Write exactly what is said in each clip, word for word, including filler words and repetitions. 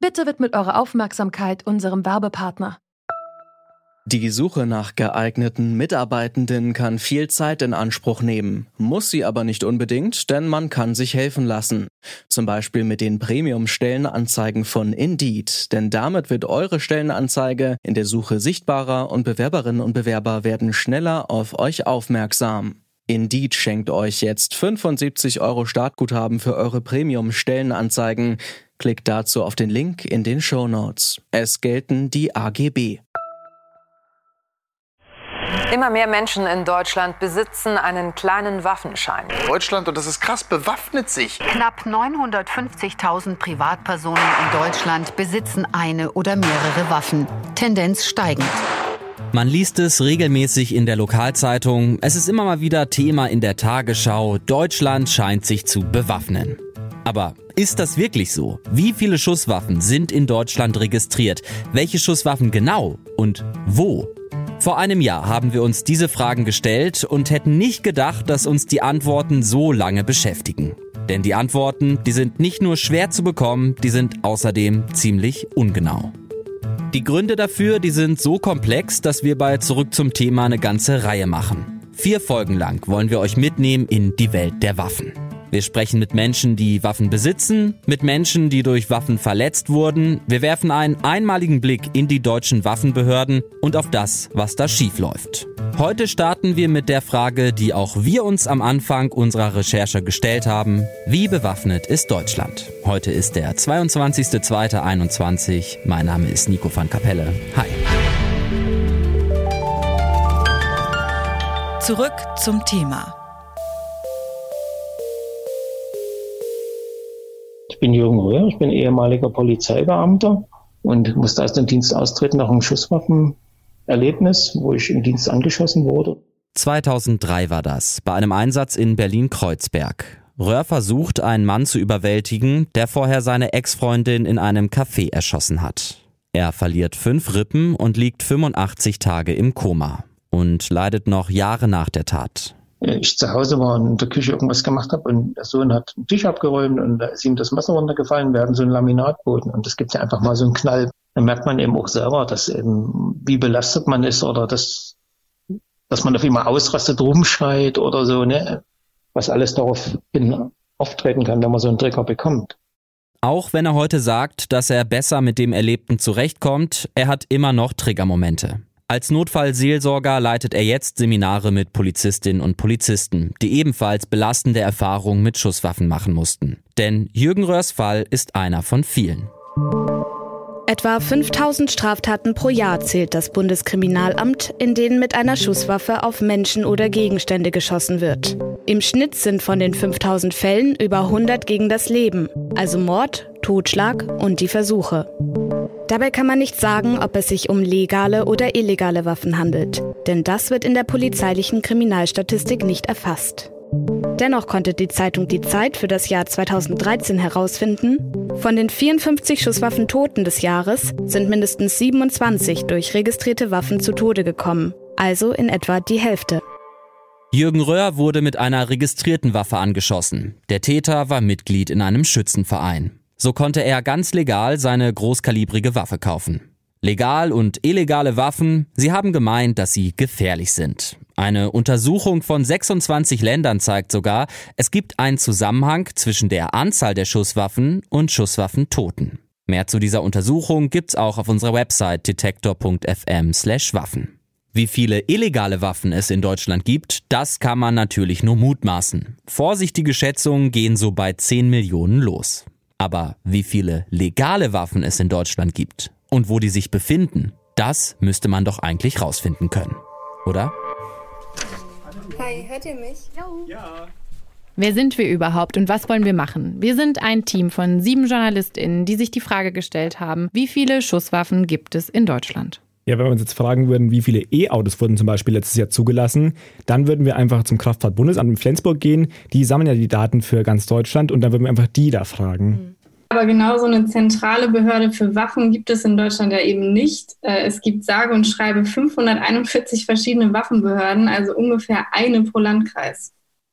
Bitte widmet eure Aufmerksamkeit unserem Werbepartner. Die Suche nach geeigneten Mitarbeitenden kann viel Zeit in Anspruch nehmen, muss sie aber nicht unbedingt, denn man kann sich helfen lassen. Zum Beispiel mit den Premium-Stellenanzeigen von Indeed, denn damit wird eure Stellenanzeige in der Suche sichtbarer und Bewerberinnen und Bewerber werden schneller auf euch aufmerksam. Indeed schenkt euch jetzt fünfundsiebzig Euro Startguthaben für eure Premium-Stellenanzeigen. Klickt dazu auf den Link in den Shownotes. Es gelten die A G B. Immer mehr Menschen in Deutschland besitzen einen kleinen Waffenschein. Deutschland, und das ist krass, bewaffnet sich. Knapp neunhundertfünfzigtausend Privatpersonen in Deutschland besitzen eine oder mehrere Waffen. Tendenz steigend. Man liest es regelmäßig in der Lokalzeitung. Es ist immer mal wieder Thema in der Tagesschau. Deutschland scheint sich zu bewaffnen. Aber ist das wirklich so? Wie viele Schusswaffen sind in Deutschland registriert? Welche Schusswaffen genau und wo? Vor einem Jahr haben wir uns diese Fragen gestellt und hätten nicht gedacht, dass uns die Antworten so lange beschäftigen. Denn die Antworten, die sind nicht nur schwer zu bekommen, die sind außerdem ziemlich ungenau. Die Gründe dafür, die sind so komplex, dass wir bei Zurück zum Thema eine ganze Reihe machen. Vier Folgen lang wollen wir euch mitnehmen in die Welt der Waffen. Wir sprechen mit Menschen, die Waffen besitzen, mit Menschen, die durch Waffen verletzt wurden. Wir werfen einen einmaligen Blick in die deutschen Waffenbehörden und auf das, was da schiefläuft. Heute starten wir mit der Frage, die auch wir uns am Anfang unserer Recherche gestellt haben. Wie bewaffnet ist Deutschland? Heute ist der zweiundzwanzigster zweiter einundzwanzig. Mein Name ist Nico van Kapelle. Hi. Zurück zum Thema. Ich bin Jürgen Röhr, ich bin ehemaliger Polizeibeamter und musste aus dem Dienst austreten nach einem Schusswaffenerlebnis, wo ich im Dienst angeschossen wurde. zweitausenddrei war das, bei einem Einsatz in Berlin-Kreuzberg. Röhr versucht, einen Mann zu überwältigen, der vorher seine Ex-Freundin in einem Café erschossen hat. Er verliert fünf Rippen und liegt fünfundachtzig Tage im Koma und leidet noch Jahre nach der Tat. Ich zu Hause war und in der Küche irgendwas gemacht habe und der Sohn hat den Tisch abgeräumt und da ist ihm das Messer runtergefallen, wir hatten so einen Laminatboden und es gibt ja einfach mal so einen Knall. Dann merkt man eben auch selber, dass eben, wie belastet man ist oder dass, dass man auf einmal ausrastet, rumschreit oder so, ne? Was alles darauf hin auftreten kann, wenn man so einen Trigger bekommt. Auch wenn er heute sagt, dass er besser mit dem Erlebten zurechtkommt, er hat immer noch Triggermomente. Als Notfallseelsorger leitet er jetzt Seminare mit Polizistinnen und Polizisten, die ebenfalls belastende Erfahrungen mit Schusswaffen machen mussten. Denn Jürgen Röhrs Fall ist einer von vielen. Etwa fünftausend Straftaten pro Jahr zählt das Bundeskriminalamt, in denen mit einer Schusswaffe auf Menschen oder Gegenstände geschossen wird. Im Schnitt sind von den fünftausend Fällen über hundert gegen das Leben, also Mord, Totschlag und die Versuche. Dabei kann man nicht sagen, ob es sich um legale oder illegale Waffen handelt, denn das wird in der polizeilichen Kriminalstatistik nicht erfasst. Dennoch konnte die Zeitung Die Zeit für das Jahr zweitausenddreizehn herausfinden, von den vierundfünfzig Schusswaffentoten des Jahres sind mindestens siebenundzwanzig durch registrierte Waffen zu Tode gekommen, also in etwa die Hälfte. Jürgen Röhr wurde mit einer registrierten Waffe angeschossen. Der Täter war Mitglied in einem Schützenverein. So konnte er ganz legal seine großkalibrige Waffe kaufen. Legal und illegale Waffen, sie haben gemeint, dass sie gefährlich sind. Eine Untersuchung von sechsundzwanzig Ländern zeigt sogar, es gibt einen Zusammenhang zwischen der Anzahl der Schusswaffen und Schusswaffentoten. Mehr zu dieser Untersuchung gibt's auch auf unserer Website detektor punkt f m slash waffen. Wie viele illegale Waffen es in Deutschland gibt, das kann man natürlich nur mutmaßen. Vorsichtige Schätzungen gehen so bei zehn Millionen los. Aber wie viele legale Waffen es in Deutschland gibt und wo die sich befinden, das müsste man doch eigentlich rausfinden können, oder? Hi, hört ihr mich? Ja. Wer sind wir überhaupt und was wollen wir machen? Wir sind ein Team von sieben JournalistInnen, die sich die Frage gestellt haben, wie viele Schusswaffen gibt es in Deutschland? Ja, wenn wir uns jetzt fragen würden, wie viele E-Autos wurden zum Beispiel letztes Jahr zugelassen, dann würden wir einfach zum Kraftfahrtbundesamt in Flensburg gehen. Die sammeln ja die Daten für ganz Deutschland und dann würden wir einfach die da fragen. Aber genau so eine zentrale Behörde für Waffen gibt es in Deutschland ja eben nicht. Es gibt sage und schreibe fünfhunderteinundvierzig verschiedene Waffenbehörden, also ungefähr eine pro Landkreis.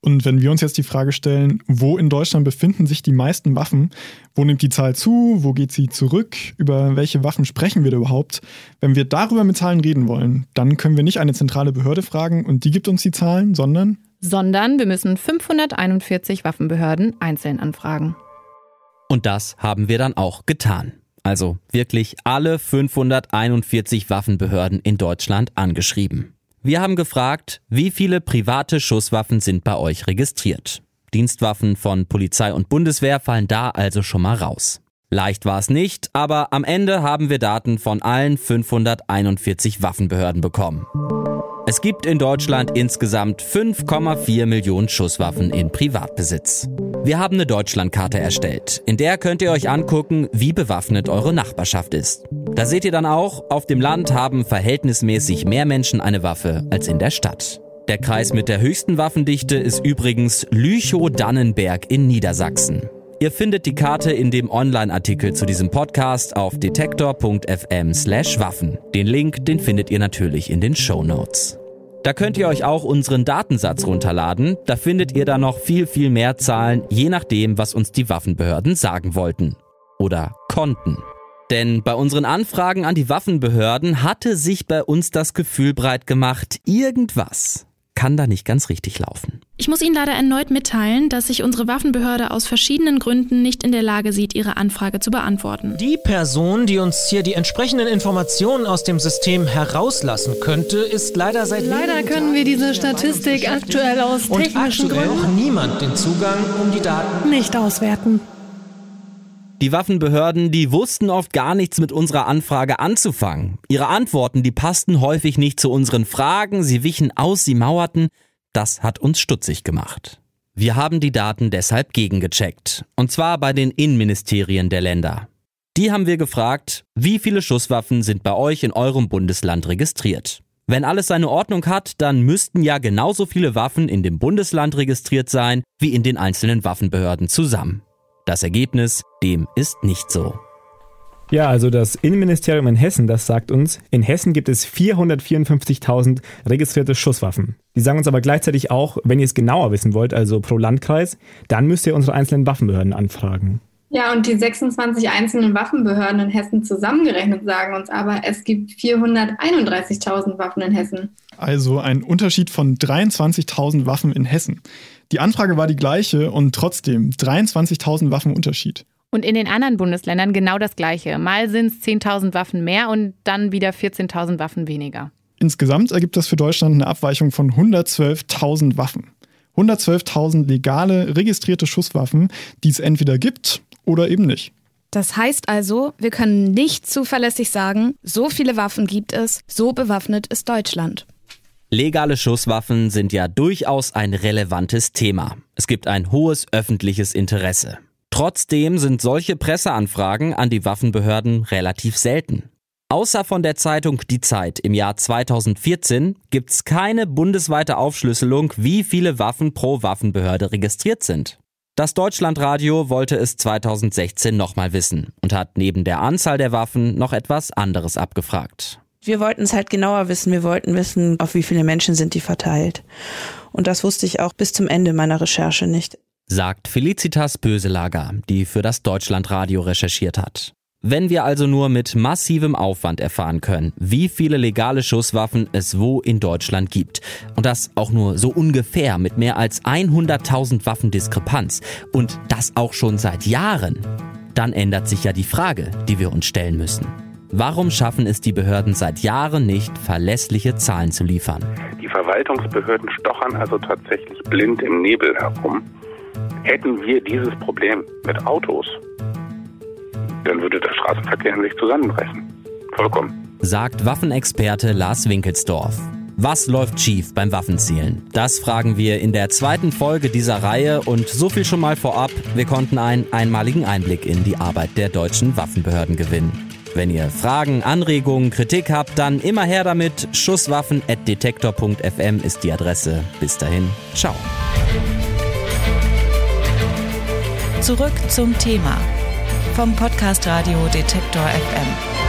Und wenn wir uns jetzt die Frage stellen, wo in Deutschland befinden sich die meisten Waffen, wo nimmt die Zahl zu, wo geht sie zurück, über welche Waffen sprechen wir da überhaupt? Wenn wir darüber mit Zahlen reden wollen, dann können wir nicht eine zentrale Behörde fragen und die gibt uns die Zahlen, sondern... Sondern wir müssen fünfhunderteinundvierzig Waffenbehörden einzeln anfragen. Und das haben wir dann auch getan. Also wirklich alle fünfhunderteinundvierzig Waffenbehörden in Deutschland angeschrieben. Wir haben gefragt, wie viele private Schusswaffen sind bei euch registriert? Dienstwaffen von Polizei und Bundeswehr fallen da also schon mal raus. Leicht war es nicht, aber am Ende haben wir Daten von allen fünfhunderteinundvierzig Waffenbehörden bekommen. Es gibt in Deutschland insgesamt fünf Komma vier Millionen Schusswaffen in Privatbesitz. Wir haben eine Deutschlandkarte erstellt, in der könnt ihr euch angucken, wie bewaffnet eure Nachbarschaft ist. Da seht ihr dann auch, auf dem Land haben verhältnismäßig mehr Menschen eine Waffe als in der Stadt. Der Kreis mit der höchsten Waffendichte ist übrigens Lüchow-Dannenberg in Niedersachsen. Ihr findet die Karte in dem Online-Artikel zu diesem Podcast auf detektor punkt f m slash Waffen. Den Link, den findet ihr natürlich in den Shownotes. Da könnt ihr euch auch unseren Datensatz runterladen. Da findet ihr dann noch viel, viel mehr Zahlen, je nachdem, was uns die Waffenbehörden sagen wollten. Oder konnten. Denn bei unseren Anfragen an die Waffenbehörden hatte sich bei uns das Gefühl breit gemacht, irgendwas kann da nicht ganz richtig laufen. Ich muss Ihnen leider erneut mitteilen, dass sich unsere Waffenbehörde aus verschiedenen Gründen nicht in der Lage sieht, Ihre Anfrage zu beantworten. Die Person, die uns hier die entsprechenden Informationen aus dem System herauslassen könnte, ist leider seit Leider können wir diese Statistik aktuell aus technischen Gründen und aktuell auch niemand den Zugang, um die Daten nicht auswerten. Die Waffenbehörden, die wussten oft gar nichts mit unserer Anfrage anzufangen. Ihre Antworten, die passten häufig nicht zu unseren Fragen, sie wichen aus, sie mauerten. Das hat uns stutzig gemacht. Wir haben die Daten deshalb gegengecheckt. Und zwar bei den Innenministerien der Länder. Die haben wir gefragt, wie viele Schusswaffen sind bei euch in eurem Bundesland registriert? Wenn alles seine Ordnung hat, dann müssten ja genauso viele Waffen in dem Bundesland registriert sein, wie in den einzelnen Waffenbehörden zusammen. Das Ergebnis, dem ist nicht so. Ja, also das Innenministerium in Hessen, das sagt uns, in Hessen gibt es vierhundertvierundfünfzigtausend registrierte Schusswaffen. Die sagen uns aber gleichzeitig auch, wenn ihr es genauer wissen wollt, also pro Landkreis, dann müsst ihr unsere einzelnen Waffenbehörden anfragen. Ja, und die sechsundzwanzig einzelnen Waffenbehörden in Hessen zusammengerechnet sagen uns aber, es gibt vierhunderteinunddreißigtausend Waffen in Hessen. Also ein Unterschied von dreiundzwanzigtausend Waffen in Hessen. Die Anfrage war die gleiche und trotzdem dreiundzwanzigtausend Waffen Unterschied. Und in den anderen Bundesländern genau das Gleiche. Mal sind es zehntausend Waffen mehr und dann wieder vierzehntausend Waffen weniger. Insgesamt ergibt das für Deutschland eine Abweichung von hundertzwölftausend Waffen. hundertzwölftausend legale, registrierte Schusswaffen, die es entweder gibt oder eben nicht. Das heißt also, wir können nicht zuverlässig sagen, so viele Waffen gibt es, so bewaffnet ist Deutschland. Legale Schusswaffen sind ja durchaus ein relevantes Thema. Es gibt ein hohes öffentliches Interesse. Trotzdem sind solche Presseanfragen an die Waffenbehörden relativ selten. Außer von der Zeitung Die Zeit im Jahr zweitausendvierzehn gibt's keine bundesweite Aufschlüsselung, wie viele Waffen pro Waffenbehörde registriert sind. Das Deutschlandradio wollte es zweitausendsechzehn nochmal wissen und hat neben der Anzahl der Waffen noch etwas anderes abgefragt. Wir wollten es halt genauer wissen. Wir wollten wissen, auf wie viele Menschen sind die verteilt. Und das wusste ich auch bis zum Ende meiner Recherche nicht. Sagt Felicitas Böselager, die für das Deutschlandradio recherchiert hat. Wenn wir also nur mit massivem Aufwand erfahren können, wie viele legale Schusswaffen es wo in Deutschland gibt und das auch nur so ungefähr mit mehr als hunderttausend Waffen Diskrepanz und das auch schon seit Jahren, dann ändert sich ja die Frage, die wir uns stellen müssen. Warum schaffen es die Behörden seit Jahren nicht, verlässliche Zahlen zu liefern? Die Verwaltungsbehörden stochern also tatsächlich blind im Nebel herum. Hätten wir dieses Problem mit Autos, dann würde der Straßenverkehr in sich zusammenbrechen. Vollkommen. Sagt Waffenexperte Lars Winkelsdorf. Was läuft schief beim Waffenzielen? Das fragen wir in der zweiten Folge dieser Reihe und so viel schon mal vorab, wir konnten einen einmaligen Einblick in die Arbeit der deutschen Waffenbehörden gewinnen. Wenn ihr Fragen, Anregungen, Kritik habt, dann immer her damit. schusswaffen at detektor punkt f m ist die Adresse. Bis dahin, ciao. Zurück zum Thema vom Podcast Radio Detektor F M.